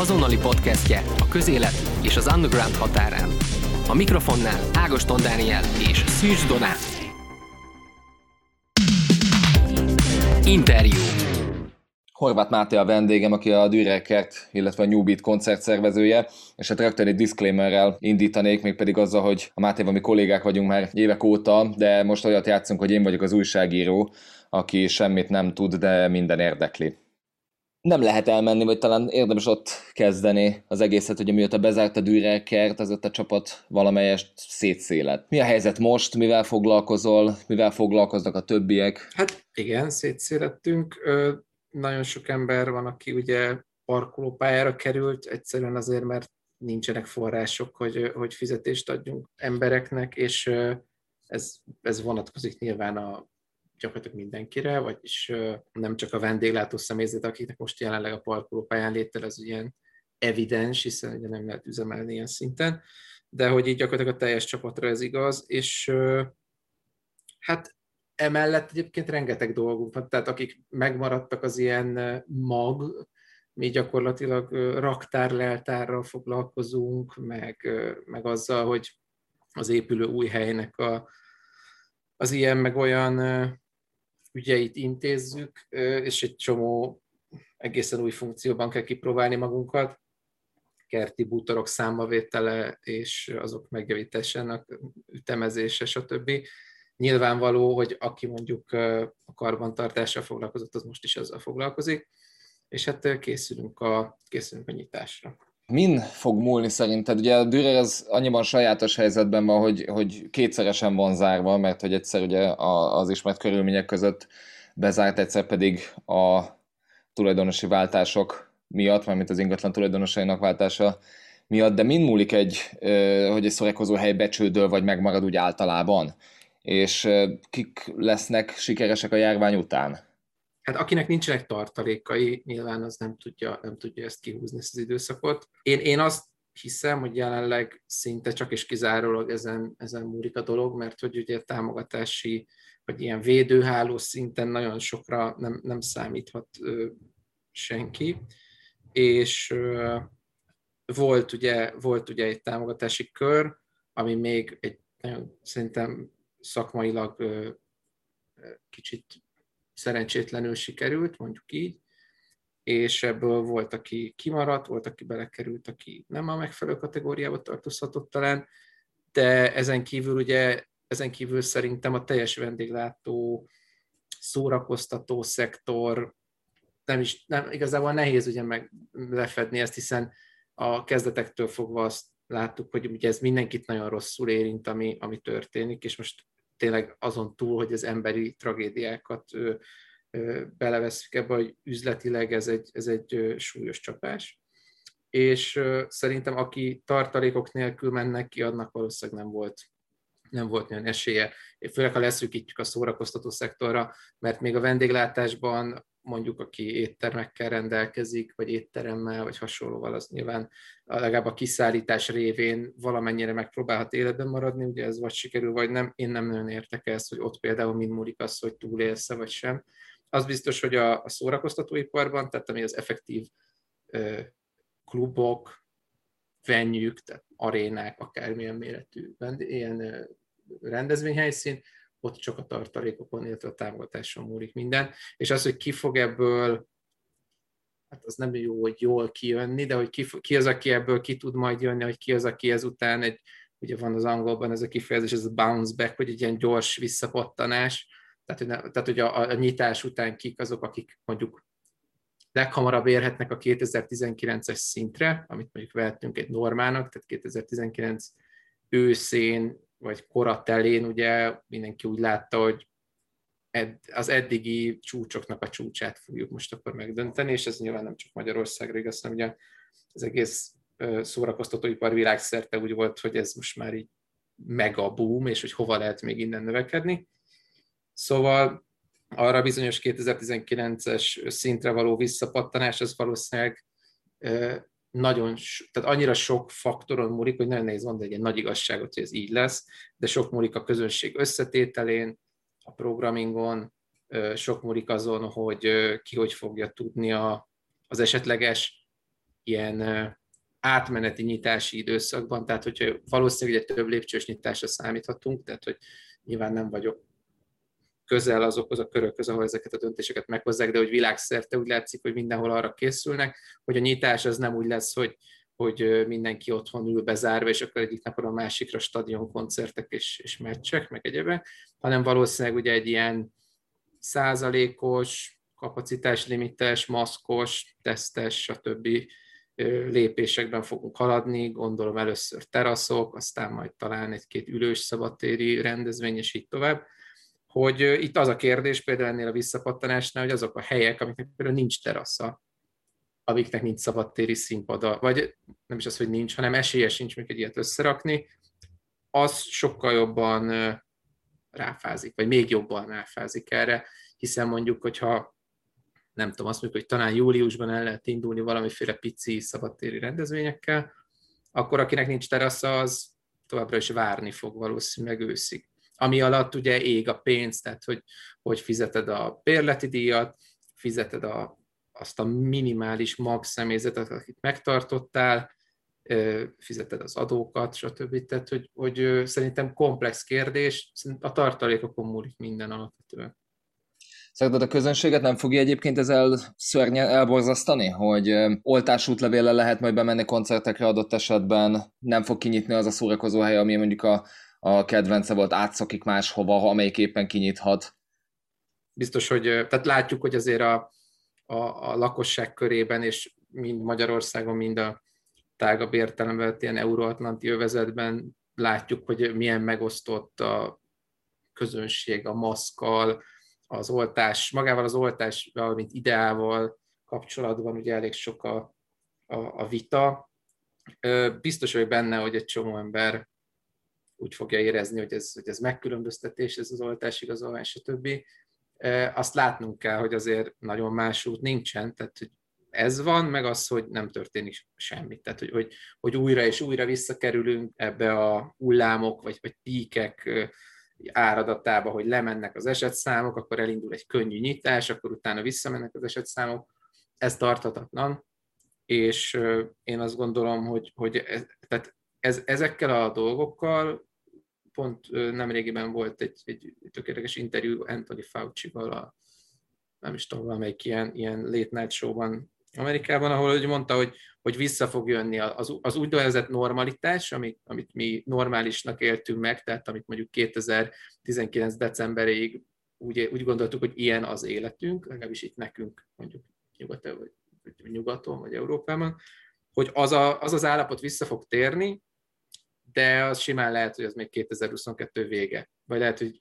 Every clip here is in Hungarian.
azonnali podcastje a közélet és az underground határán. A mikrofonnál Ágoston Dániel és Szűcs Donát. Interjú. Horváth Máté a vendégem, aki a Dürer Kert, illetve a New Beat koncert szervezője, és hát rögtön egy disclaimerrel indítanék, mégpedig azzal, hogy a Mátéval mi kollégák vagyunk már évek óta, de most olyat játszunk, hogy én vagyok az újságíró, aki semmit nem tud, de minden érdekli. Nem lehet elmenni, vagy talán érdemes ott kezdeni az egészet, hogy mióta bezárt a Dürer Kert, az ott a csapat valamelyest szétszélet. Mi a helyzet most, mivel foglalkozol, mivel foglalkoznak a többiek? Hát igen, szétszélettünk. Nagyon sok ember van, aki ugye parkolópályára került, egyszerűen azért, mert nincsenek források, hogy fizetést adjunk embereknek, és ez vonatkozik nyilván gyakorlatilag mindenkire, vagyis nem csak a vendéglátó személyzet, akiknek most jelenleg a parkolópályán létel, ez ilyen evidens, hiszen ugye nem lehet üzemelni ilyen szinten, de hogy így gyakorlatilag a teljes csapatra ez igaz, és hát emellett egyébként rengeteg dolgunk van, tehát akik megmaradtak az ilyen mi gyakorlatilag raktár-leltárral foglalkozunk, meg azzal, hogy az épülő új helynek az ilyen meg olyan ügyeit intézzük, és egy csomó egészen új funkcióban kell kipróbálni magunkat, kerti bútorok számbavétele és azok megjavításának ütemezése, stb. Nyilvánvaló, hogy aki mondjuk a karbantartással foglalkozott, az most is azzal foglalkozik, és hát készülünk a nyitásra. Min fog múlni szerinted? Ugye a Dürer az annyiban sajátos helyzetben van, hogy kétszeresen van zárva, mert hogy egyszer ugye az ismert körülmények között bezárt, egyszer pedig a tulajdonosi váltások miatt, mármint az ingatlan tulajdonosainak váltása miatt, de min múlik hogy egy szórakozó hely becsődöl, vagy megmarad úgy általában? És kik lesznek sikeresek a járvány után? Hát akinek nincsenek tartalékai, nyilván az nem tudja ezt kihúzni, ezt az időszakot. Én azt hiszem, hogy jelenleg szinte csak és kizárólag ezen múlik a dolog, mert hogy ugye támogatási, vagy ilyen védőháló szinten nagyon sokra nem számíthat senki. És volt ugye egy támogatási kör, ami még egy nagyon szerintem szakmailag kicsit szerencsétlenül sikerült, mondjuk így, és ebből volt, aki kimaradt, volt, aki belekerült, aki nem a megfelelő kategóriába tartozhatott talán, de ezen kívül szerintem a teljes vendéglátó, szórakoztató szektor, nem igazából nehéz ugye lefedni ezt, hiszen a kezdetektől fogva azt láttuk, hogy ugye ez mindenkit nagyon rosszul érint, ami történik, és most tényleg azon túl, hogy az emberi tragédiákat beleveszünk ebbe, hogy üzletileg ez egy súlyos csapás. És szerintem aki tartalékok nélkül mennek ki, annak valószínűleg nem volt olyan esélye. Főleg, ha leszűkítjük a szórakoztató szektorra, mert még a vendéglátásban mondjuk, aki éttermekkel rendelkezik, vagy étteremmel, vagy hasonlóval, az nyilván legalább a kiszállítás révén valamennyire megpróbálhat életben maradni, ugye ez vagy sikerül, vagy nem. Én nem nagyon értek ezt, hogy ott például mind múlik az, hogy túlélsz-e, vagy sem. Az biztos, hogy a szórakoztatóiparban, tehát ami az effektív klubok, venuek, tehát arénák, akármilyen méretű ilyen rendezvényhelyszín, ott csak a tartalékokon, illetve a támogatáson múlik minden. És az, hogy ki fog ebből, hát az nem jó, hogy jól kijönni, de hogy ki az, aki ebből ki tud majd jönni, hogy ki az, aki ezután ugye van az angolban ez a kifejezés, ez a bounce back, hogy egy ilyen gyors visszapattanás, tehát hogy a nyitás után kik azok, akik mondjuk leghamarabb érhetnek a 2019-es szintre, amit mondjuk vehetünk egy normának, tehát 2019 őszén, vagy kora telén ugye mindenki úgy látta, hogy az eddigi csúcsoknak a csúcsát fogjuk most akkor megdönteni, és ez nyilván nem csak Magyarországra igaz, hanem ugye az egész szórakoztatóipar világszerte úgy volt, hogy ez most már így mega boom, és hogy hova lehet még innen növekedni. Szóval arra bizonyos 2019-es szintre való visszapattanás, az valószínűleg tehát annyira sok faktoron múlik, hogy nagyon nehéz mondani egy ilyen nagy igazságot, hogy ez így lesz, de sok múlik a közönség összetételén, a programmingon, sok múlik azon, hogy ki hogy fogja tudni az esetleges ilyen átmeneti nyitási időszakban, tehát hogyha valószínűleg egy több lépcsős nyitásra számíthatunk, tehát hogy nyilván nem vagyok közel azokhoz a körökhöz, ahol ezeket a döntéseket meghozzák, de hogy világszerte úgy látszik, hogy mindenhol arra készülnek, hogy a nyitás az nem úgy lesz, hogy mindenki otthon ül bezárva, és akkor egyik napon a másikra stadionkoncertek és meccsek, meg egyebek, hanem valószínűleg ugye egy ilyen százalékos, kapacitáslimites, maszkos, tesztes, stb. Lépésekben fogunk haladni, gondolom először teraszok, aztán majd talán egy-két ülős szabadtéri rendezvény, és így tovább. Hogy itt az a kérdés például ennél a visszapattanásnál, hogy azok a helyek, amiknek például nincs terasza, amiknek nincs szabadtéri színpada, vagy nem is az, hogy nincs, hanem esélye sincs még egy ilyet összerakni, az sokkal jobban ráfázik, vagy még jobban ráfázik erre, hiszen mondjuk, hogyha nem tudom, azt mondjuk, hogy talán júliusban el lehet indulni valamiféle pici szabadtéri rendezvényekkel, akkor akinek nincs terasza, az továbbra is várni fog valószínűleg őszig. Ami alatt ugye ég a pénz, tehát hogy fizeted a bérleti díjat, fizeted azt a minimális max személyzetet, akit megtartottál, fizeted az adókat, stb. Tehát, hogy szerintem komplex kérdés, a tartalékokon múlik minden alapvetően. Szerinted a közönséget nem fogja egyébként ezzel szörnyen elborzasztani, hogy oltásútlevéllel lehet majd bemenni koncertekre adott esetben, nem fog kinyitni az a szórakozó hely, ami mondjuk a kedvence volt, átszakik máshova, amelyik éppen kinyithat? Biztos, hogy tehát látjuk, hogy azért a lakosság körében, és mind Magyarországon, mind a tágabb értelemben ilyen euróatlanti övezetben látjuk, hogy milyen megosztott a közönség a maszkkal, az oltás, magával az oltás, mint ideával kapcsolatban ugye elég sok a vita. Biztos vagyok benne, hogy egy csomó ember úgy fogja érezni, hogy ez megkülönböztetés, ez az oltásigazolvány, stb. Azt látnunk kell, hogy azért nagyon más út nincsen, tehát hogy ez van, meg az, hogy nem történik semmi. Tehát, hogy újra és újra visszakerülünk ebbe a hullámok, vagy píkek áradatába, hogy lemennek az esetszámok, akkor elindul egy könnyű nyitás, akkor utána visszamennek az esetszámok. Ez tarthatatlan, és én azt gondolom, hogy ezekkel a dolgokkal pont nemrégiben volt egy tökéletes interjú Anthony Fauci-val, nem is tudom, valamelyik ilyen late night showban Amerikában, ahol mondta, hogy vissza fog jönni az úgynevezett normalitás, amit mi normálisnak éltünk meg, tehát amit mondjuk 2019. decemberéig úgy gondoltuk, hogy ilyen az életünk, legalábbis itt nekünk mondjuk nyugaton vagy Európában, hogy az állapot vissza fog térni, de az simán lehet, hogy az még 2022 vége, vagy lehet, hogy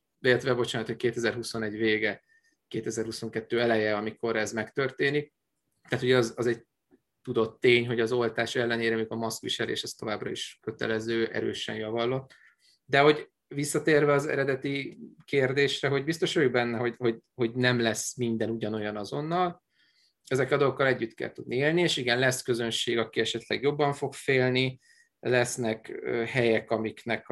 2021 vége, 2022 eleje, amikor ez megtörténik. Tehát ugye az egy tudott tény, hogy az oltás ellenére, amikor a maszkviselés az továbbra is kötelező, erősen javallott. De hogy visszatérve az eredeti kérdésre, hogy biztos vagyok benne, hogy nem lesz minden ugyanolyan azonnal, ezek a dolgokkal együtt kell tudni élni, és igen, lesz közönség, aki esetleg jobban fog félni, lesznek helyek, amiknek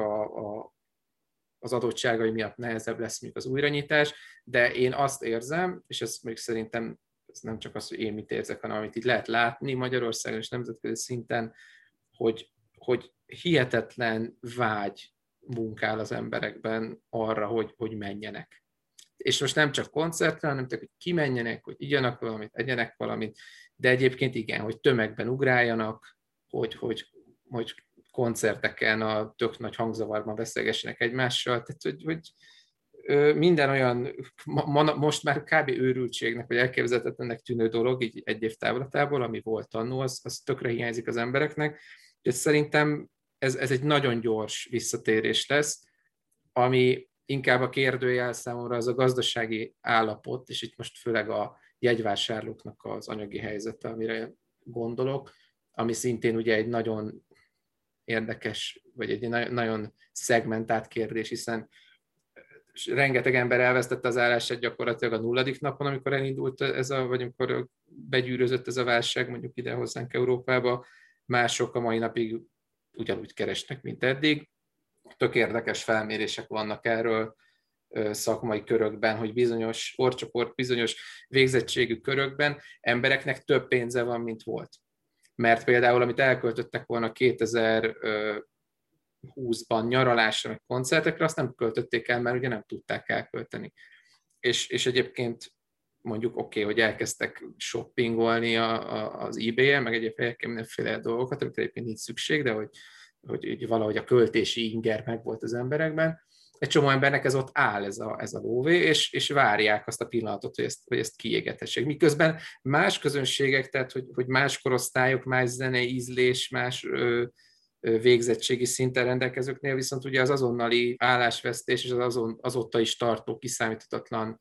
az adottságai miatt nehezebb lesz még az újranyitás, de én azt érzem, és ez még szerintem ez nem csak az, hogy én mit érzek, hanem amit itt lehet látni Magyarországon és nemzetközi szinten, hogy hihetetlen vágy munkál az emberekben arra, hogy menjenek. És most nem csak koncertre, hanem csak, hogy kimenjenek, hogy igyanak valamit, egyenek valamit, de egyébként igen, hogy tömegben ugráljanak, hogy koncerteken a tök nagy hangzavarban beszélgessenek egymással, tehát hogy minden olyan, most már kb. Őrültségnek, vagy elképzelhetetlennek tűnő dolog, így egy év távlatából, ami volt annó, az tökre hiányzik az embereknek, és szerintem ez egy nagyon gyors visszatérés lesz, ami inkább a kérdőjel számomra az a gazdasági állapot, és itt most főleg a jegyvásárlóknak az anyagi helyzete, amire gondolok, ami szintén ugye egy nagyon érdekes, vagy egy nagyon szegmentált kérdés, hiszen rengeteg ember elvesztette az állását gyakorlatilag a 0. napon, amikor elindult vagy amikor begyűrözött ez a válság, mondjuk ide hozzánk Európába, mások a mai napig ugyanúgy keresnek, mint eddig. Tök érdekes felmérések vannak erről szakmai körökben, hogy bizonyos orcsoport, bizonyos végzettségű körökben embereknek több pénze van, mint volt. mert például, amit elköltöttek volna 2020-ban nyaralásra, meg koncertekre, azt nem költötték el, mert ugye nem tudták elkölteni. És egyébként mondjuk hogy elkezdtek shoppingolni az eBay-en, meg egyéb helyeken mindenféle dolgokat, amit egyébként nincs szükség, de hogy valahogy a költési inger megvolt az emberekben. Egy csomó embernek ez ott áll, ez a lóvé, és várják azt a pillanatot, hogy ezt kiégethessék. Miközben más közönségek, tehát hogy más korosztályok, más zenei ízlés, más végzettségi szinten rendelkezőknél viszont ugye az azonnali állásvesztés és az otta is tartó kiszámíthatatlan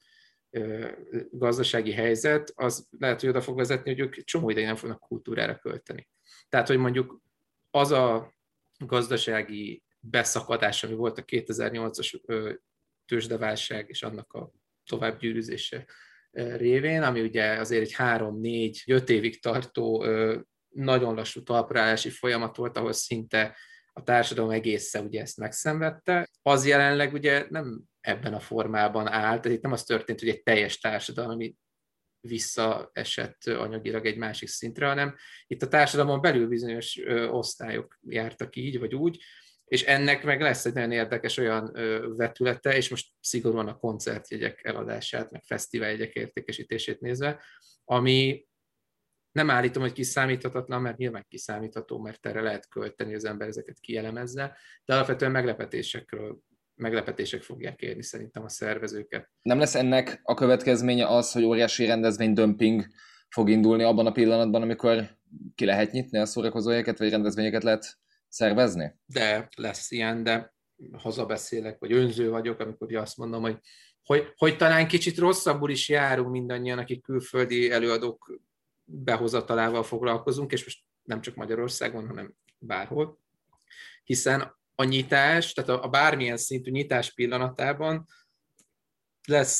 gazdasági helyzet, az lehet, hogy oda fog vezetni, hogy ők csomó ideig nem fognak kultúrára költeni. Tehát, hogy mondjuk az a gazdasági beszakadás, ami volt a 2008-as tőzsdeválság és annak a továbbgyűrűzése révén, ami ugye azért egy 3-4-5 évig tartó nagyon lassú talpraállási folyamat volt, ahol szinte a társadalom egészen ugye ezt megszenvedte. Az jelenleg ugye nem ebben a formában áll, tehát itt nem az történt, hogy egy teljes társadalmi visszaesett anyagilag egy másik szintre, hanem itt a társadalomon belül bizonyos osztályok jártak így vagy úgy, és ennek meg lesz egy nagyon érdekes olyan vetülete, és most szigorúan a koncertjegyek eladását, meg fesztiváljegyek értékesítését nézve, ami nem állítom, hogy kiszámíthatatlan, mert nyilván kiszámítható, mert erre lehet költeni, az ember ezeket kielemezze, de alapvetően meglepetések fogják érni szerintem a szervezőket. Nem lesz ennek a következménye az, hogy óriási rendezvénydömping fog indulni abban a pillanatban, amikor ki lehet nyitni a szórakozóhelyeket, vagy rendezvényeket lehet szervezni? De lesz ilyen, de hazabeszélek, vagy önző vagyok, amikor azt mondom, hogy talán kicsit rosszabbul is járunk mindannyian, akik külföldi előadók behozatalával foglalkozunk, és most nem csak Magyarországon, hanem bárhol, hiszen a nyitás, tehát a bármilyen szintű nyitás pillanatában lesz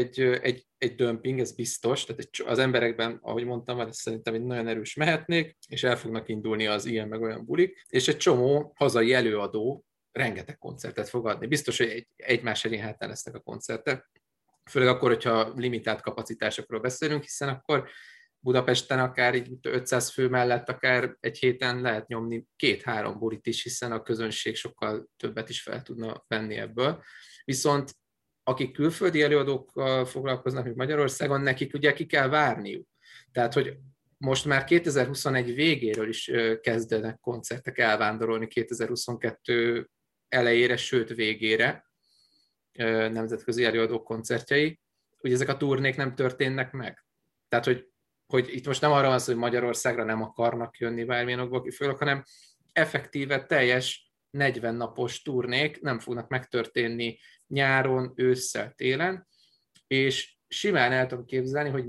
egy dömping, ez biztos, tehát az emberekben, ahogy mondtam, ez szerintem egy nagyon erős mehetnék, és el fognak indulni az ilyen meg olyan bulik, és egy csomó hazai előadó rengeteg koncertet fog adni. Biztos, hogy egymás elé hátán lesznek a koncertek, főleg akkor, hogyha limitált kapacitásokról beszélünk, hiszen akkor Budapesten akár így 500 fő mellett akár egy héten lehet nyomni 2-3 bulit is, hiszen a közönség sokkal többet is fel tudna venni ebből. Viszont akik külföldi előadókkal foglalkoznak, mint Magyarországon, nekik ugye ki kell várniuk. Tehát, hogy most már 2021 végéről is kezdenek koncertek elvándorolni 2022 elejére, sőt végére, nemzetközi előadók koncertjei, hogy ezek a turnék nem történnek meg. Tehát, hogy itt most nem arra van szó, hogy Magyarországra nem akarnak jönni bármilyen okból kifolyólag, hanem effektíve teljes 40 napos turnék nem fognak megtörténni nyáron, ősszel, télen, és simán el tudom képzelni, hogy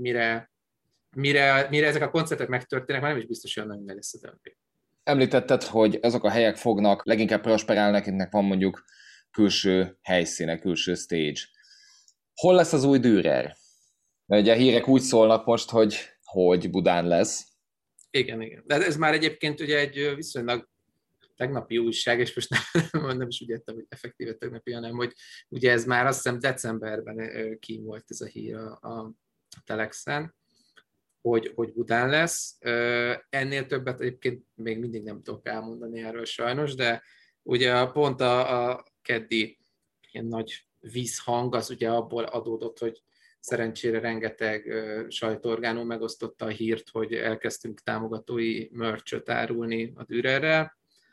mire ezek a koncertek megtörténnek, már nem is biztos, hogy nagyon lesz a dömping. Említetted, hogy ezek a helyek fognak leginkább prosperálni, akiknek van mondjuk külső helyszíne, külső stage. Hol lesz az új Dürer? Mert ugye a hírek úgy szólnak most, hogy Budán lesz. Igen. De ez már egyébként ugye egy viszonylag tegnapi újság, és most nem is úgy értem, hogy effektíve tegnapi, hanem hogy ugye ez már azt hiszem decemberben kín volt ez a hír a Telexen, hogy Budán lesz. Ennél többet egyébként még mindig nem tudok elmondani erről sajnos, de ugye pont a keddi ilyen nagy vízhang az ugye abból adódott, hogy szerencsére rengeteg sajtóorgánum megosztotta a hírt, hogy elkezdtünk támogatói merch-öt árulni a Dürerrel,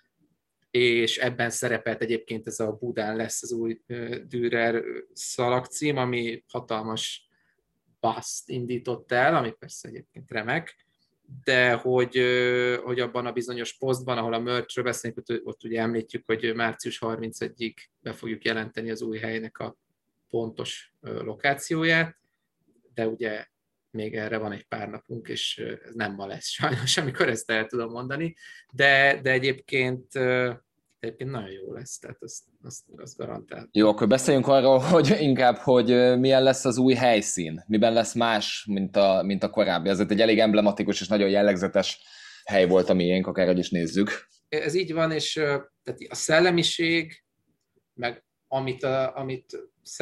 és ebben szerepelt egyébként ez a Budán lesz az új Dürer szalagcím, ami hatalmas baszt indított el, ami persze egyébként remek, de hogy abban a bizonyos posztban, ahol a merchről beszélünk, ott ugye említjük, hogy március 31-ig be fogjuk jelenteni az új helynek a pontos lokációját, de ugye még erre van egy pár napunk, és ez nem ma lesz sajnos, amikor ezt el tudom mondani, de egyébként nagyon jó lesz, tehát azt garantál. Jó, akkor beszéljünk arról, hogy milyen lesz az új helyszín, miben lesz más, mint a korábbi. Ez egy elég emblematikus és nagyon jellegzetes hely volt a miénk, akárhogy is nézzük. Ez így van, és tehát a szellemiség, meg amit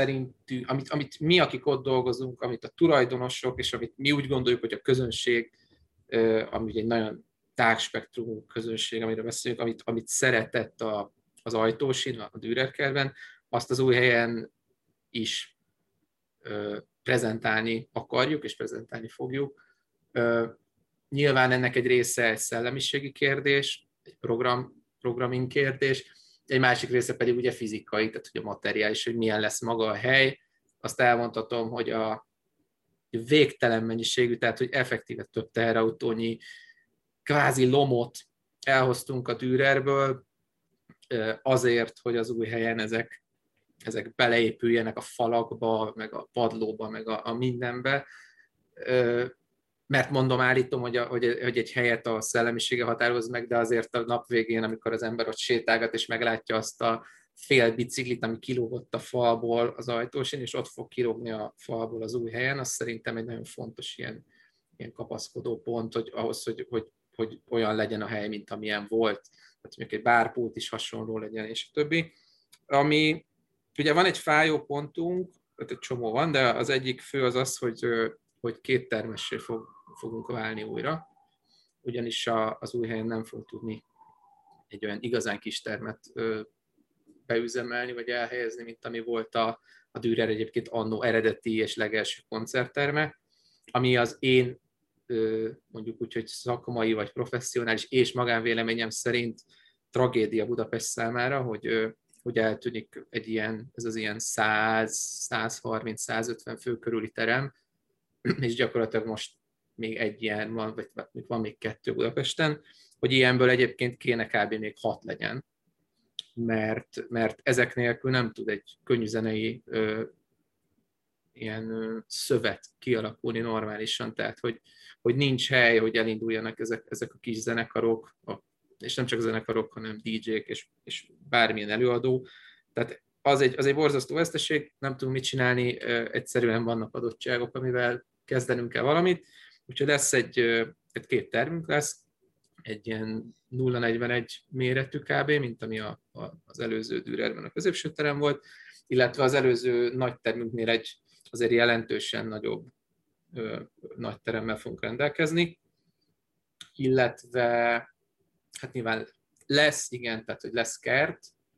mi, akik ott dolgozunk, amit a tulajdonosok, és amit mi úgy gondoljuk, hogy a közönség, ami ugye egy nagyon tágspektrumú közönség, amiről beszélünk, amit szeretett az Ajtósin, a Dürerkertben, azt az Újhelyen is prezentálni akarjuk, és prezentálni fogjuk. Nyilván ennek egy része egy szellemiségi kérdés, egy programming kérdés, egy másik része pedig ugye fizikai, tehát hogy a materiális, hogy milyen lesz maga a hely. Azt elmondhatom, hogy a végtelen mennyiségű, tehát hogy effektíve több teherautónyi kvázi lomot elhoztunk a Dürerből azért, hogy az Újhelyen ezek beleépüljenek a falakba, meg a padlóba, meg a mindenbe. Mert állítom, hogy egy helyet a szellemisége határoz meg, de azért a nap végén, amikor az ember ott sétálgat, és meglátja azt a fél biciklit, ami kilógott a falból az Ajtósin, és ott fog kilógni a falból az Újhelyen, az szerintem egy nagyon fontos ilyen kapaszkodó pont, hogy ahhoz, hogy olyan legyen a hely, mint amilyen volt. Tehát mondjuk egy bárpult is hasonló legyen, és a többi. Ami, ugye van egy fájó pontunk, egy csomó van, de az egyik fő az, hogy kéttermessé fogunk válni újra, ugyanis az Újhelyen nem fog tudni egy olyan igazán kis termet beüzemelni, vagy elhelyezni, mint ami volt a Dürer egyébként annó eredeti és legelső koncertterme, ami az én mondjuk úgy, hogy szakmai vagy professzionális és magánvéleményem szerint tragédia Budapest számára, hogy eltűnik ez az ilyen 100-130-150 fő körüli terem, és gyakorlatilag most még egy ilyen van, vagy van még 2 Budapesten, hogy ilyenből egyébként kéne kb. Még 6 legyen, mert ezek nélkül nem tud egy könnyűzenei ilyen szövet kialakulni normálisan, tehát hogy nincs hely, hogy elinduljanak ezek a kis zenekarok, és nem csak zenekarok, hanem DJ-k és bármilyen előadó. Tehát az egy borzasztó veszteség, nem tudunk mit csinálni, egyszerűen vannak adottságok, amivel kezdenünk kell valamit, úgyhogy lesz egy 2 termünk lesz, egy ilyen 0,41 méretű kb., mint ami az előző Dürerben a középső terem volt, illetve az előző nagy termünknél azért jelentősen nagyobb nagy teremmel fogunk rendelkezni, illetve hát nyilván lesz, igen, tehát hogy lesz kert,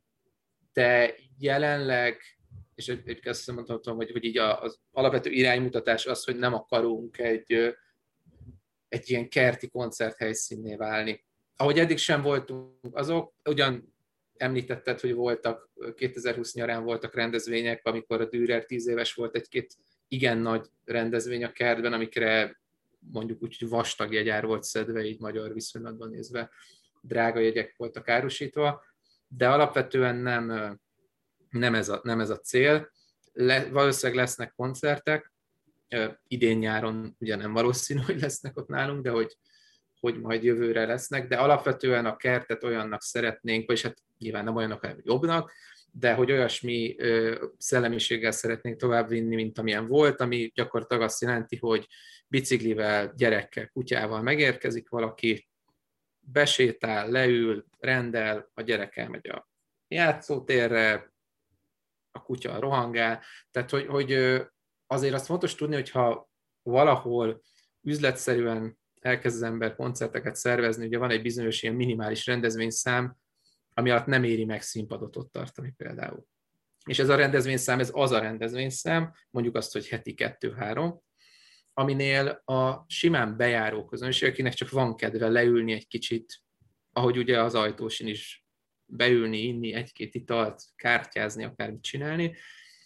de jelenleg, és azt mondhatom, hogy így az alapvető iránymutatás az, hogy nem akarunk egy ilyen kerti koncerthelyszínné válni. Ahogy eddig sem voltunk azok, ugyan említetted, hogy 2020 nyarán voltak rendezvények, amikor a Dürer 10 éves volt, 1-2 igen nagy rendezvény a kertben, amikre mondjuk úgy, hogy vastag jegyár volt szedve, így magyar viszonylatban nézve, drága jegyek voltak árusítva, de alapvetően nem ez a cél. Valószínűleg lesznek koncertek, idén nyáron ugye nem valószínű, hogy lesznek ott nálunk, de hogy majd jövőre lesznek, de alapvetően a kertet olyannak szeretnénk, és hát nyilván nem olyannak, hanem jobbnak, de hogy olyasmi szellemiséggel szeretnénk továbbvinni, mint amilyen volt, ami gyakorlatilag azt jelenti, hogy biciklivel, gyerekkel, kutyával megérkezik valaki, besétál, leül, rendel, a gyerek elmegy a játszótérre, a kutya rohangál, tehát hogy azért azt fontos tudni, hogyha valahol üzletszerűen elkezd az ember koncerteket szervezni, ugye van egy bizonyos ilyen minimális rendezvényszám, ami alatt nem éri meg színpadot ott tartani például. És ez a rendezvényszám, ez az a rendezvényszám, mondjuk azt, hogy heti 2-3, aminél a simán bejáró közönség, akinek csak van kedve leülni egy kicsit, ahogy ugye az Ajtósin is beülni, inni 1-2 italt, kártyázni, akármit csinálni,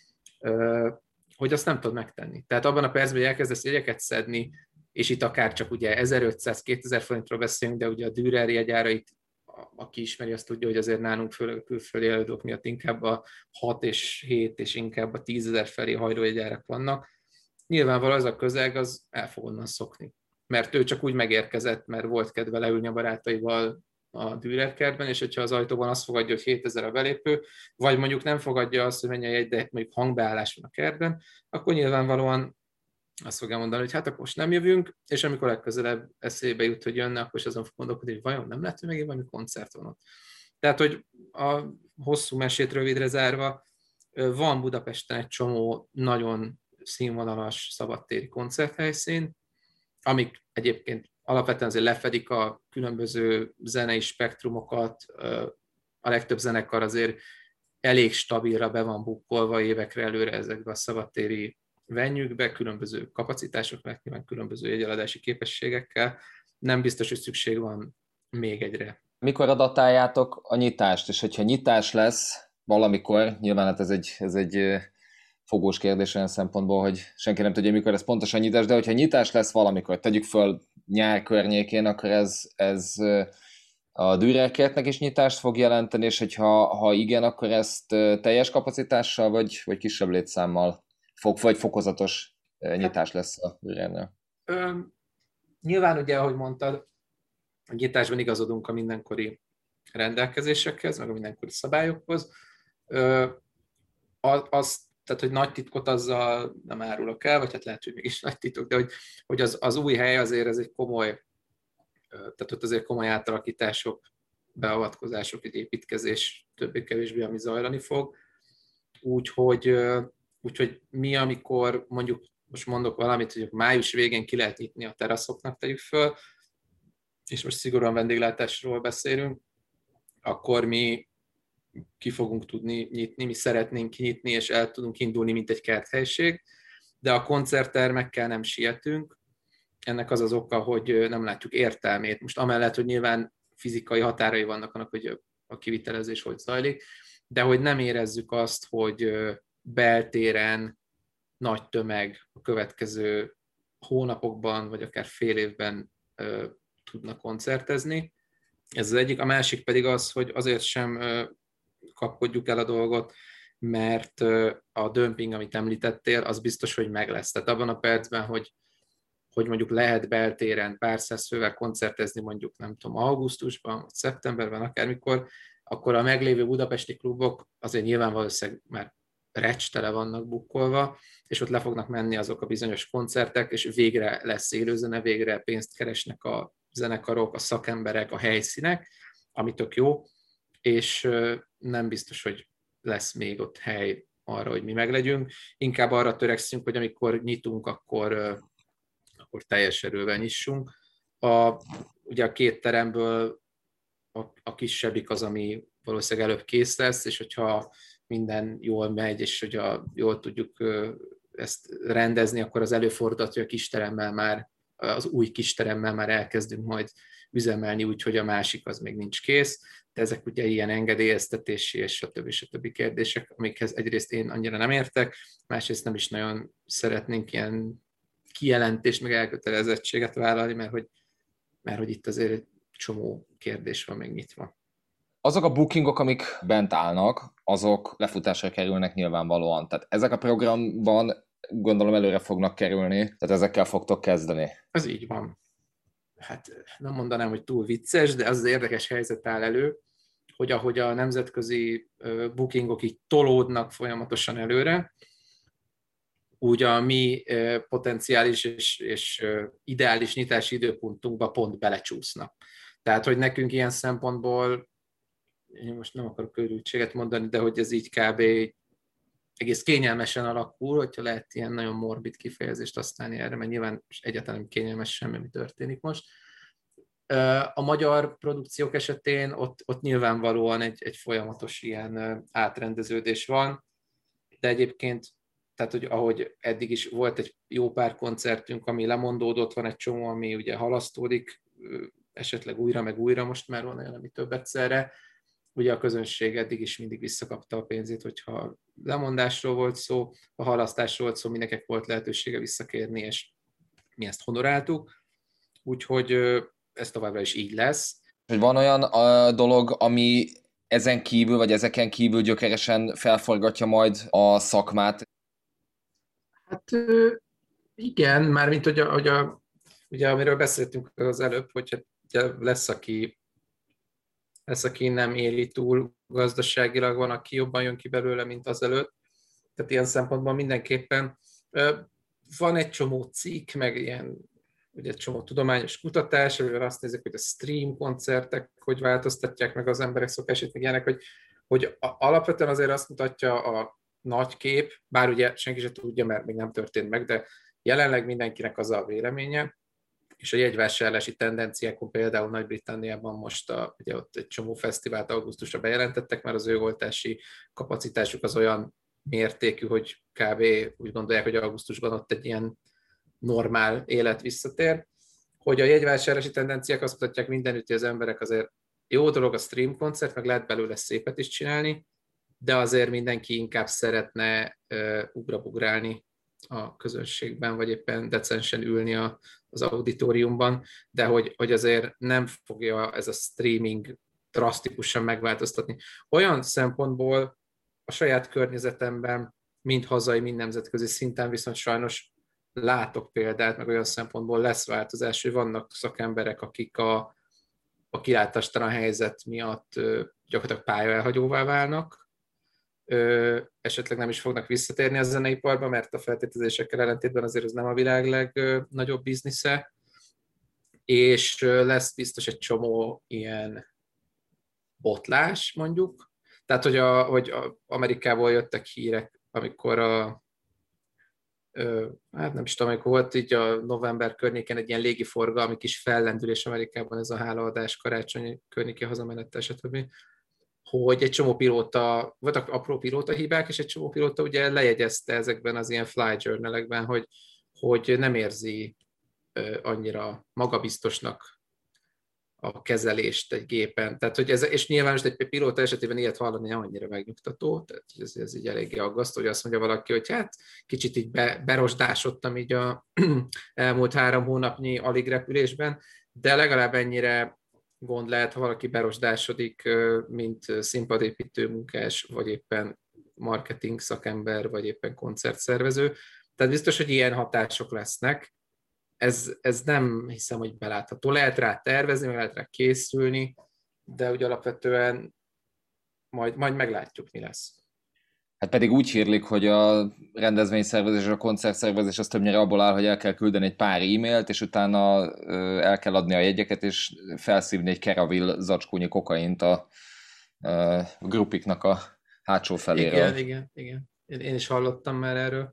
hogy azt nem tudod megtenni. Tehát abban a percben, hogy elkezdesz jegyeket szedni, és itt akár csak ugye 1500-2000 forintról beszélünk, de ugye a Dürer jegyárait, aki ismeri, azt tudja, hogy azért nálunk főleg a külföldi előadók miatt inkább a 6 és 7 és inkább a 10 000 felé hajló jegyárak vannak. Nyilvánvalóan az a közeg, az el fog onnan szokni. Mert ő csak úgy megérkezett, mert volt kedve leülni a barátaival a Dürer kertben, és hogyha az ajtóban azt fogadja, hogy 7000 a belépő, vagy mondjuk nem fogadja azt, hogy menj a jegy, de mondjuk hangbeállás van a kertben, akkor nyilvánvalóan azt fogja mondani, hogy hát akkor most nem jövünk, és amikor legközelebb eszébe jut, hogy jönne, akkor is azon fog gondolkodni, hogy vajon nem lehet, hogy megint valami koncert van ott. Tehát, hogy a hosszú mesét rövidre zárva, van Budapesten egy csomó nagyon színvonalas szabadtéri koncerthelyszín, amik egyébként alapvetően azért lefedik a különböző zenei spektrumokat, a legtöbb zenekar azért elég stabilra be van bukkolva évekre előre ezekbe a szabadtéri venue-kbe, különböző kapacitások, mert nyilván különböző jegyeladási képességekkel. Nem biztos, hogy szükség van még egyre. Mikor adatáljátok a nyitást, és hogyha nyitás lesz valamikor, nyilván hát ez egy fogós kérdés olyan szempontból, hogy senki nem tudja, mikor ez pontosan nyitás, de hogyha nyitás lesz valamikor, tegyük föl nyár környékén, akkor ez a Dürerkertnek is nyitást fog jelenteni, és hogyha igen, akkor ezt teljes kapacitással, vagy kisebb létszámmal vagy fokozatos nyitás lesz a Dürernél? Nyilván ugye, ahogy mondtad, a nyitásban igazodunk a mindenkori rendelkezésekhez, meg a mindenkori szabályokhoz. Tehát, hogy nagy titkot azzal nem árulok el, vagy hát lehet, hogy mégis nagy titok, de hogy az új hely azért ez egy komoly, tehát ott azért komoly átalakítások, beavatkozások, egy építkezés többé-kevésbé, ami zajlani fog. Úgyhogy mi, amikor mondjuk, most mondok valamit, hogy május végén ki lehet nyitni a teraszoknak, tegyük föl, és most szigorúan vendéglátásról beszélünk, akkor mi ki fogunk tudni nyitni, mi szeretnénk kinyitni, és el tudunk indulni, mint egy kerthelyiség, de a koncerttermekkel nem sietünk. Ennek az az oka, hogy nem látjuk értelmét. Most amellett, hogy nyilván fizikai határai vannak annak, hogy a kivitelezés hogy zajlik, de hogy nem érezzük azt, hogy beltéren nagy tömeg a következő hónapokban, vagy akár fél évben tudna koncertezni. Ez az egyik. A másik pedig az, hogy azért sem kapkodjuk el a dolgot, mert a dömping, amit említettél, az biztos, hogy meg lesz. Tehát abban a percben, hogy mondjuk lehet beltéren pár száz fővel koncertezni, mondjuk nem tudom, augusztusban, vagy szeptemberben, akármikor, akkor a meglévő budapesti klubok azért nyilván valószínűleg már recstele vannak bukkolva, és ott le fognak menni azok a bizonyos koncertek, és végre lesz élőzene, végre pénzt keresnek a zenekarok, a szakemberek, a helyszínek, ami tök jó, és nem biztos, hogy lesz még ott hely arra, hogy mi meglegyünk. Inkább arra törekszünk, hogy amikor nyitunk, akkor teljes erővel nyissunk. Ugye a két teremből a kisebbik az, ami valószínűleg előbb kész lesz, és hogyha minden jól megy, és hogy jól tudjuk ezt rendezni, akkor az előfordulhat, hogy a kisteremmel már, az új kisteremmel már elkezdünk majd üzemelni, úgyhogy a másik az még nincs kész. De ezek ugye ilyen engedélyeztetési és stb. Kérdések, amikhez egyrészt én annyira nem értek, másrészt nem is nagyon szeretnénk ilyen kijelentést, meg elkötelezettséget vállalni, mert hogy itt azért egy csomó kérdés van még nyitva. Azok a bookingok, amik bent állnak, azok lefutásra kerülnek nyilvánvalóan. Tehát ezek a programban gondolom előre fognak kerülni, tehát ezekkel fogtok kezdeni. Ez így van. Hát nem mondanám, hogy túl vicces, de az érdekes helyzet áll elő, hogy ahogy a nemzetközi bookingok így tolódnak folyamatosan előre, úgy a mi potenciális és ideális nyitási időpontunkba pont belecsúsznak. Tehát, hogy nekünk ilyen szempontból, én most nem akarok őrültséget mondani, de hogy ez így kb. Egész kényelmesen alakul, hogyha lehet ilyen nagyon morbid kifejezést használni erre, mert nyilván egyáltalán nem kényelmes semmi, mi történik most. A magyar produkciók esetén ott nyilvánvalóan egy folyamatos ilyen átrendeződés van, de egyébként, tehát hogy ahogy eddig is volt egy jó pár koncertünk, ami lemondódott, van egy csomó, ami ugye halasztódik, esetleg újra meg újra, most már van olyan, ami több egyszerre. Ugye a közönség eddig is mindig visszakapta a pénzét, hogyha lemondásról volt szó, a halasztásról volt szó, mindenkinek volt lehetősége visszakérni, és mi ezt honoráltuk. Úgyhogy ez továbbra is így lesz. Van olyan dolog, ami ezen kívül, vagy ezeken kívül gyökeresen felforgatja majd a szakmát? Hát igen, mármint ugye amiről beszéltünk az előbb, hogy hát lesz, aki nem éli túl gazdaságilag, van, aki jobban jön ki belőle, mint azelőtt. Tehát ilyen szempontból mindenképpen van egy csomó cikk, meg ilyen ugye egy csomó tudományos kutatás, amivel azt nézik, hogy a stream koncertek hogy változtatják meg az emberek szokásait, meg ilyenek, hogy alapvetően azért azt mutatja a nagy kép, bár ugye senki sem tudja, mert még nem történt meg, de jelenleg mindenkinek az a véleménye, és a jegyvásárlási tendenciákon például Nagy-Britanniában most ugye ott egy csomó fesztivált augusztusra bejelentettek, mert az ő oltási kapacitásuk az olyan mértékű, hogy kb. Úgy gondolják, hogy augusztusban ott egy ilyen normál élet visszatér, hogy a jegyvásárlási tendenciák azt mutatják mindenütt, hogy az emberek azért jó dolog a stream koncert, meg lehet belőle szépet is csinálni, de azért mindenki inkább szeretne ugrabugrálni a közönségben, vagy éppen decensen ülni az auditoriumban, de hogy azért nem fogja ez a streaming drasztikusan megváltoztatni. Olyan szempontból a saját környezetemben, mind hazai, mind nemzetközi szinten viszont sajnos látok példát, meg olyan szempontból lesz változás, hogy vannak szakemberek, akik a kilátástalan helyzet miatt gyakorlatilag pályaelhagyóvá válnak, esetleg nem is fognak visszatérni a zeneiparba, mert a feltételezésekkel ellentétben azért ez nem a világ legnagyobb biznisze, és lesz biztos egy csomó ilyen botlás, mondjuk. Tehát, hogy Amerikából jöttek hírek, amikor hát nem is tudom, amikor volt így a november környéken egy ilyen légiforgalmi kis fellendülés Amerikában, ez a hálaadás, karácsony környéki hazamenettel, stb., hogy egy csomó pilóta, voltak apró pilóta hibák, és egy csomó pilóta ugye lejegyezte ezekben az ilyen fly journalekben, hogy nem érzi annyira magabiztosnak a kezelést egy gépen. Tehát, hogy és nyilván most egy pilóta esetében ilyet hallani nem annyira megnyugtató, tehát ez így eléggé aggasztó, hogy azt mondja valaki, hogy hát kicsit így berosdásodtam így a elmúlt 3 hónapnyi alig repülésben, de legalább ennyire gond lehet, ha valaki berosdásodik, mint színpadépítő munkás, vagy éppen marketing szakember, vagy éppen koncertszervező. Tehát biztos, hogy ilyen hatások lesznek. Ez nem hiszem, hogy belátható. Lehet rá tervezni, meg lehet rá készülni, de úgy alapvetően majd meglátjuk, mi lesz. Hát pedig úgy hírlik, hogy a rendezvényszervezés és a koncertszervezés az többnyire abból áll, hogy el kell küldeni egy pár e-mailt, és utána el kell adni a jegyeket, és felszívni egy keravil zacskónyi kokaint a grupiknak a hátsó feléről. Igen. Én is hallottam már erről.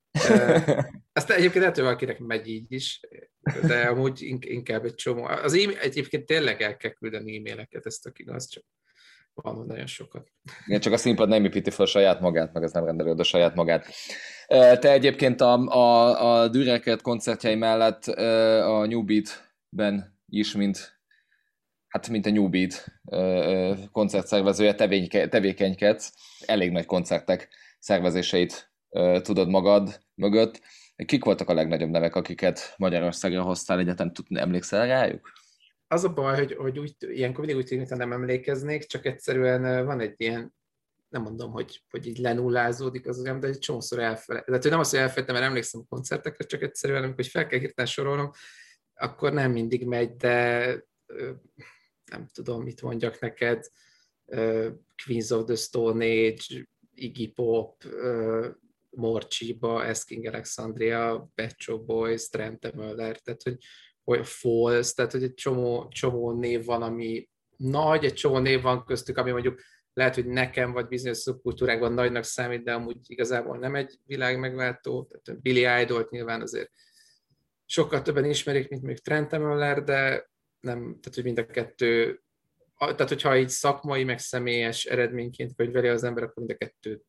Ezt egyébként lehet, hogy valakinek megy így is, de amúgy inkább egy csomó. Egyébként tényleg el kell küldeni e-maileket, ezt tök igaz, csak van nagyon sokat. Igen, csak a színpad nem építi fel saját magát, meg ez nem rendeli oda saját magát. Te egyébként a Dürer koncertjei mellett a New Beat-ben is, mint a New Beat koncertszervezője tevékenykedsz, elég nagy koncertek szervezéseit tudod magad mögött. Kik voltak a legnagyobb nevek, akiket Magyarországra hoztál, egyetem emlékszel rájuk? Az a baj, hogy ilyenkor mindig úgy tűnik, nem emlékeznék, csak egyszerűen van egy ilyen, nem mondom, hogy így lenullázódik az agyam, de egy csomószor elfelejtem. Tehát nem az, hogy elfelejtem, mert emlékszem a koncertekre, csak egyszerűen, amikor fel kell hirtelen sorolnom, akkor nem mindig megy, de nem tudom, mit mondjak neked, Queens of the Stone Age, Iggy Pop, Morcsiba, Asking Alexandria, Pet Shop Boys, Trent Möller, tehát hogy Falls, tehát hogy egy csomó név van, ami nagy, egy csomó név van köztük, ami mondjuk lehet, hogy nekem vagy bizonyos szubkultúrákban nagynak számít, de amúgy igazából nem egy világ megváltó. Tehát Billy Idol-t nyilván azért sokkal többen ismerik, mint még Trent Möller, de nem, tehát hogy mind a kettő, tehát hogyha így szakmai, meg személyes eredményként könyveli az ember, akkor mind a kettő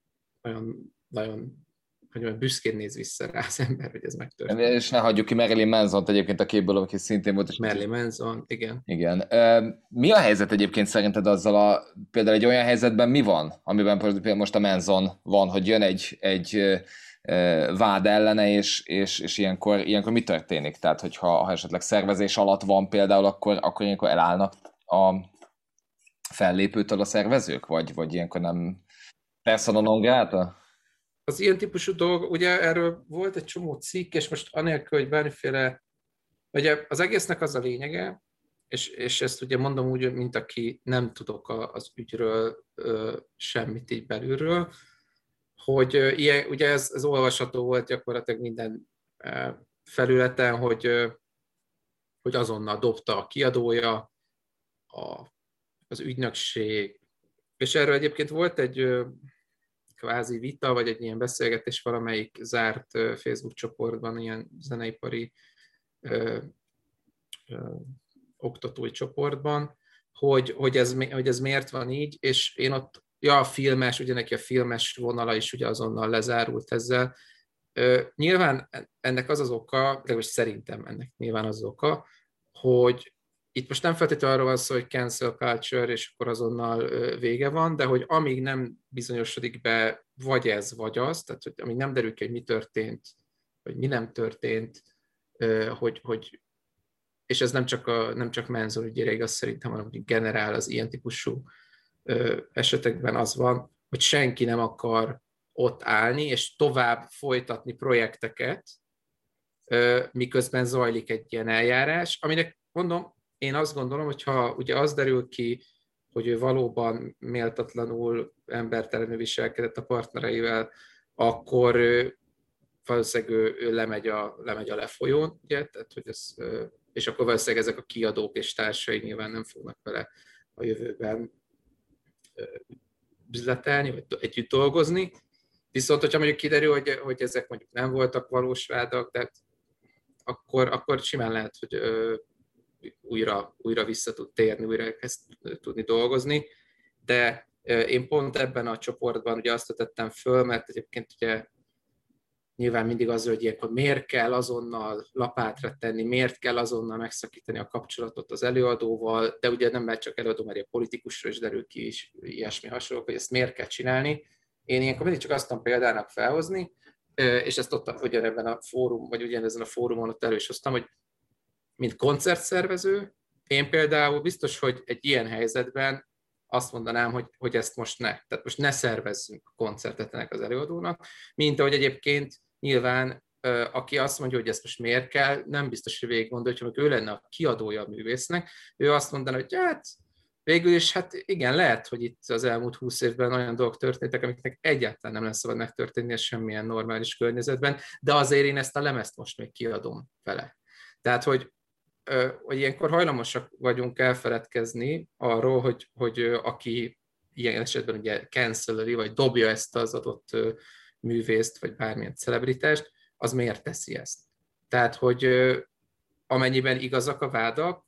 nagyon hogy büszkén néz vissza rá az ember, hogy ez megtörtént. És ne hagyjuk ki Marilyn Manson-t egyébként a képből, aki szintén volt. Marilyn Manson, igen. Igen. Mi a helyzet egyébként szerinted azzal például egy olyan helyzetben mi van, amiben például most a Manson van, hogy jön egy vád ellene, és ilyenkor mi történik? Tehát, hogyha esetleg szervezés alatt van például, akkor ilyenkor elállnak a fellépőtől a szervezők? Vagy ilyenkor nem persona non grata? Az ilyen típusú dolog, ugye erről volt egy csomó cikk, és most anélkül, hogy bármiféle, ugye az egésznek az a lényege, és ezt ugye mondom úgy, mint aki nem tudok az ügyről semmit így belülről, hogy ugye ez olvasható volt gyakorlatilag minden felületen, hogy azonnal dobta a kiadója, az ügynökség, és erről egyébként volt egy kvázi vita, vagy egy ilyen beszélgetés valamelyik zárt Facebook csoportban, ilyen zeneipari oktatói csoportban, hogy ez miért van így, és én ott, a filmes, ugye neki a filmes vonala is ugye azonnal lezárult ezzel. Nyilván ennek az az oka, de most szerintem ennek nyilván az oka, hogy itt most nem feltétlenül arról van szó, hogy cancel culture, és akkor azonnal vége van, de hogy amíg nem bizonyosodik be vagy ez, vagy az, tehát hogy amíg nem derül ki, hogy mi történt, vagy mi nem történt, hogy és ez nem csak Manson ügyére igaz szerintem, hanem hogy generál az ilyen típusú esetekben az van, hogy senki nem akar ott állni, és tovább folytatni projekteket, miközben zajlik egy ilyen eljárás, aminek mondom, én azt gondolom, hogy ha ugye az derül ki, hogy ő valóban méltatlanul, embertelenül viselkedett a partnereivel, akkor valószínűleg ő lemegy a lefolyón, ugye? Tehát, hogy ez, és akkor valószínűleg ezek a kiadók és társai nyilván nem fognak vele a jövőben üzletelni, vagy együtt dolgozni. Viszont, hogyha mondjuk kiderül, hogy ezek mondjuk nem voltak valós vádak, de akkor simán lehet, hogy újra vissza tud térni, újra kezd tudni dolgozni. De én pont ebben a csoportban ugye azt tettem föl, mert egyébként ugye nyilván mindig az, hogy ilyenkor miért kell azonnal lapátra tenni, miért kell azonnal megszakítani a kapcsolatot az előadóval, de ugye nem már csak előadó, mert a politikusra is derül ki is ilyesmi hasonlók, hogy ezt miért kell csinálni. Én ilyenkor mindig csak azt tudom példának felhozni, és ezt ott ugyanebben a fórum, vagy ugyanezen a fórumon ott elő is hoztam, hogy mint koncertszervező, én például biztos, hogy egy ilyen helyzetben azt mondanám, hogy ezt most ne. Tehát most ne szervezzünk koncertet ennek az előadónak, mint ahogy egyébként nyilván, aki azt mondja, hogy ezt most miért kell, nem biztos, hogy végig gondolja, hogy ő lenne a kiadója a művésznek, ő azt mondaná, hogy hát végül is, hát igen, lehet, hogy itt az elmúlt 20 évben olyan dolgok történtek, amiknek egyáltalán nem lesz szabad megtörténnie semmilyen normális környezetben, de azért én ezt a lemezt most még kiadom vele. Tehát, hogy ilyenkor hajlamosak vagyunk elfeledkezni arról, hogy aki ilyen esetben ugye cancel-eli, vagy dobja ezt az adott művészt, vagy bármilyen celebritást, az miért teszi ezt. Tehát, hogy amennyiben igazak a vádak,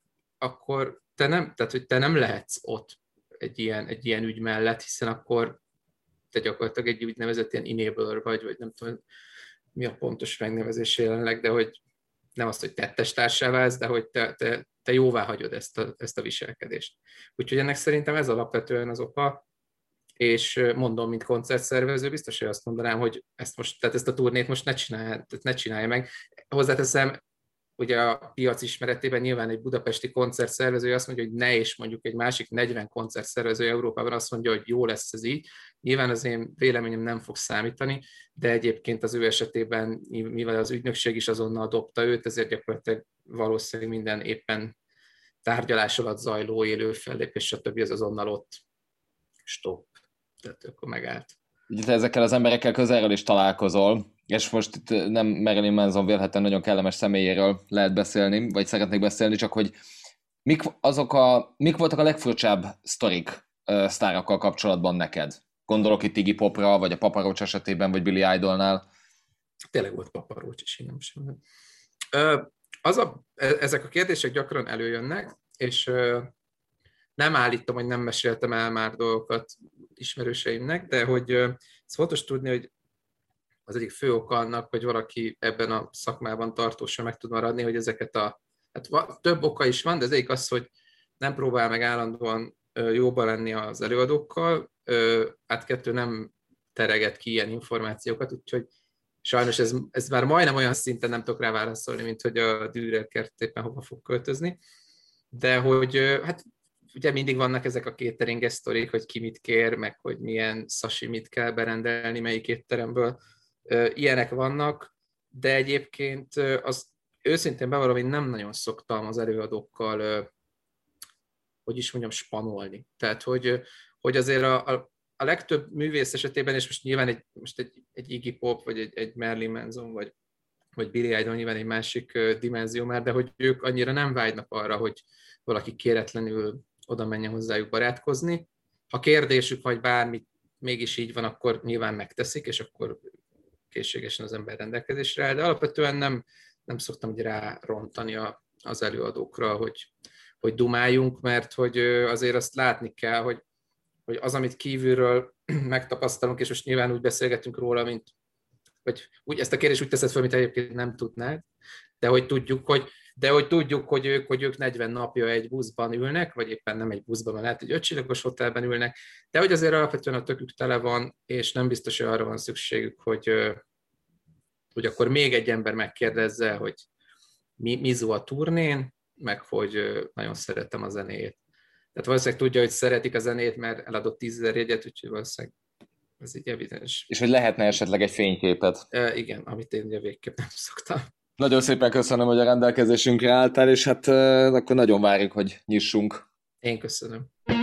akkor te nem lehetsz ott egy ilyen ügy mellett, hiszen akkor te gyakorlatilag egy úgynevezett ilyen enabler vagy nem tudom, mi a pontos megnevezés jelenleg, de hogy nem azt, hogy tettestársá válsz, de hogy te jóvá hagyod ezt a viselkedést. Úgyhogy ennek szerintem ez alapvetően az oka, és mondom, mint koncertszervező, biztos, hogy azt mondanám, hogy ezt a turnét most ne csinálja meg. Hozzáteszem, ugye a piac ismeretében nyilván egy budapesti koncertszervező azt mondja, hogy ne, és mondjuk egy másik 40 koncertszervező Európában azt mondja, hogy jó lesz ez így. Nyilván az én véleményem nem fog számítani, de egyébként az ő esetében, mivel az ügynökség is azonnal dobta őt, ezért gyakorlatilag valószínűleg minden éppen tárgyalás alatt zajló élő fellépés, stb. Az azonnal ott stop. Tehát akkor megállt. Ugye te ezekkel az emberekkel közelről is találkozol, és most itt nem Marilyn Manson vélhetően nagyon kellemes személyéről lehet beszélni, vagy szeretnék beszélni, csak hogy mik voltak a legfurcsább sztorik sztárakkal kapcsolatban neked? Gondolok itt Iggy Popra, vagy a Papa Roach esetében, vagy Billy Idolnál. Tényleg volt Papa Roach is, én nem sem. Ezek a kérdések gyakran előjönnek, és nem állítom, hogy nem meséltem el már dolgokat ismerőseimnek, de hogy ez fontos tudni, hogy az egyik fő oka annak, hogy valaki ebben a szakmában tartósan meg tud maradni, hogy több oka is van, de az egyik az, hogy nem próbál meg állandóan jóba lenni az előadókkal, kettő nem tereget ki ilyen információkat, úgyhogy sajnos ez már majdnem olyan szinten nem tudok rá válaszolni, mint hogy a Dürer Kert éppen hova fog költözni, de hogy hát ugye mindig vannak ezek a cateringes sztorik, hogy ki mit kér, meg hogy milyen sashimit kell berendelni, melyik étteremből. Ilyenek vannak, de egyébként az őszintén bevallom, én nem nagyon szoktam az előadókkal, hogy is mondjam, spanolni. Tehát, hogy azért a legtöbb művész esetében, és most nyilván egy Iggy Pop, vagy egy Marilyn Manson, vagy Billy Idol nyilván egy másik dimenzió már, de hogy ők annyira nem vágynak arra, hogy valaki kéretlenül oda menjen hozzájuk barátkozni. Ha kérdésük, vagy bármi mégis így van, akkor nyilván megteszik, és akkor készségesen az ember rendelkezésre áll, de alapvetően nem szoktam rá rontani a az előadókra, hogy dumáljunk, mert hogy azért azt látni kell, hogy az, amit kívülről megtapasztalunk, és most nyilván úgy beszélgetünk róla, mint, vagy úgy, ezt a kérdést úgy teszed fel, mint egyébként nem tudnád, de hogy tudjuk, hogy ők 40 napja egy buszban ülnek, vagy éppen nem egy buszban, mert lehet, hogy 5 csillagos hotelben ülnek, de hogy azért alapvetően a tökük tele van, és nem biztos, hogy arra van szükségük, hogy akkor még egy ember megkérdezze, hogy mi zó a turnén, meg hogy nagyon szeretem a zenét. Tehát valószínűleg tudja, hogy szeretik a zenét, mert eladott 10 000 jegyet, úgyhogy valószínűleg ez így evidens. És hogy lehetne esetleg egy fényképet. Igen, amit én ugye végképp nem szoktam. Nagyon szépen köszönöm, hogy a rendelkezésünkre álltál, és hát akkor nagyon várjuk, hogy nyissunk. Én köszönöm.